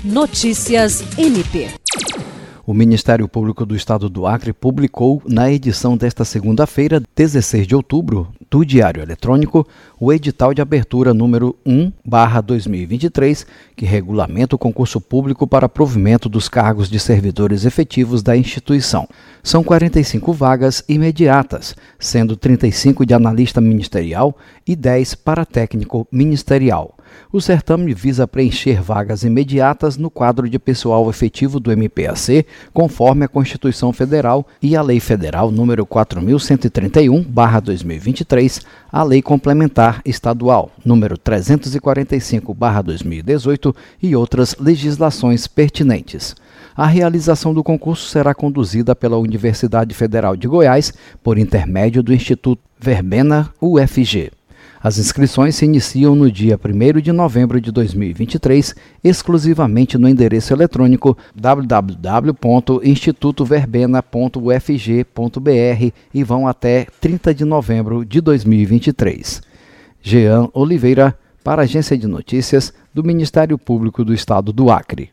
Notícias MP. O Ministério Público do Estado do Acre publicou, na edição desta segunda-feira, 16 de outubro, do Diário Eletrônico, o edital de abertura número 1/2023, que regulamenta o concurso público para provimento dos cargos de servidores efetivos da instituição. São 45 vagas imediatas, sendo 35 de analista ministerial e 10 para técnico ministerial. O certame visa preencher vagas imediatas no quadro de pessoal efetivo do MPAC, conforme a Constituição Federal e a Lei Federal número 4.131/2023, a Lei Complementar Estadual número 345/2018 e outras legislações pertinentes. A realização do concurso será conduzida pela Universidade Federal de Goiás, por intermédio do Instituto Verbena UFG. As inscrições se iniciam no dia 1º de novembro de 2023, exclusivamente no endereço eletrônico www.institutoverbena.ufg.br e vão até 30 de novembro de 2023. Jean Oliveira, para a Agência de Notícias do Ministério Público do Estado do Acre.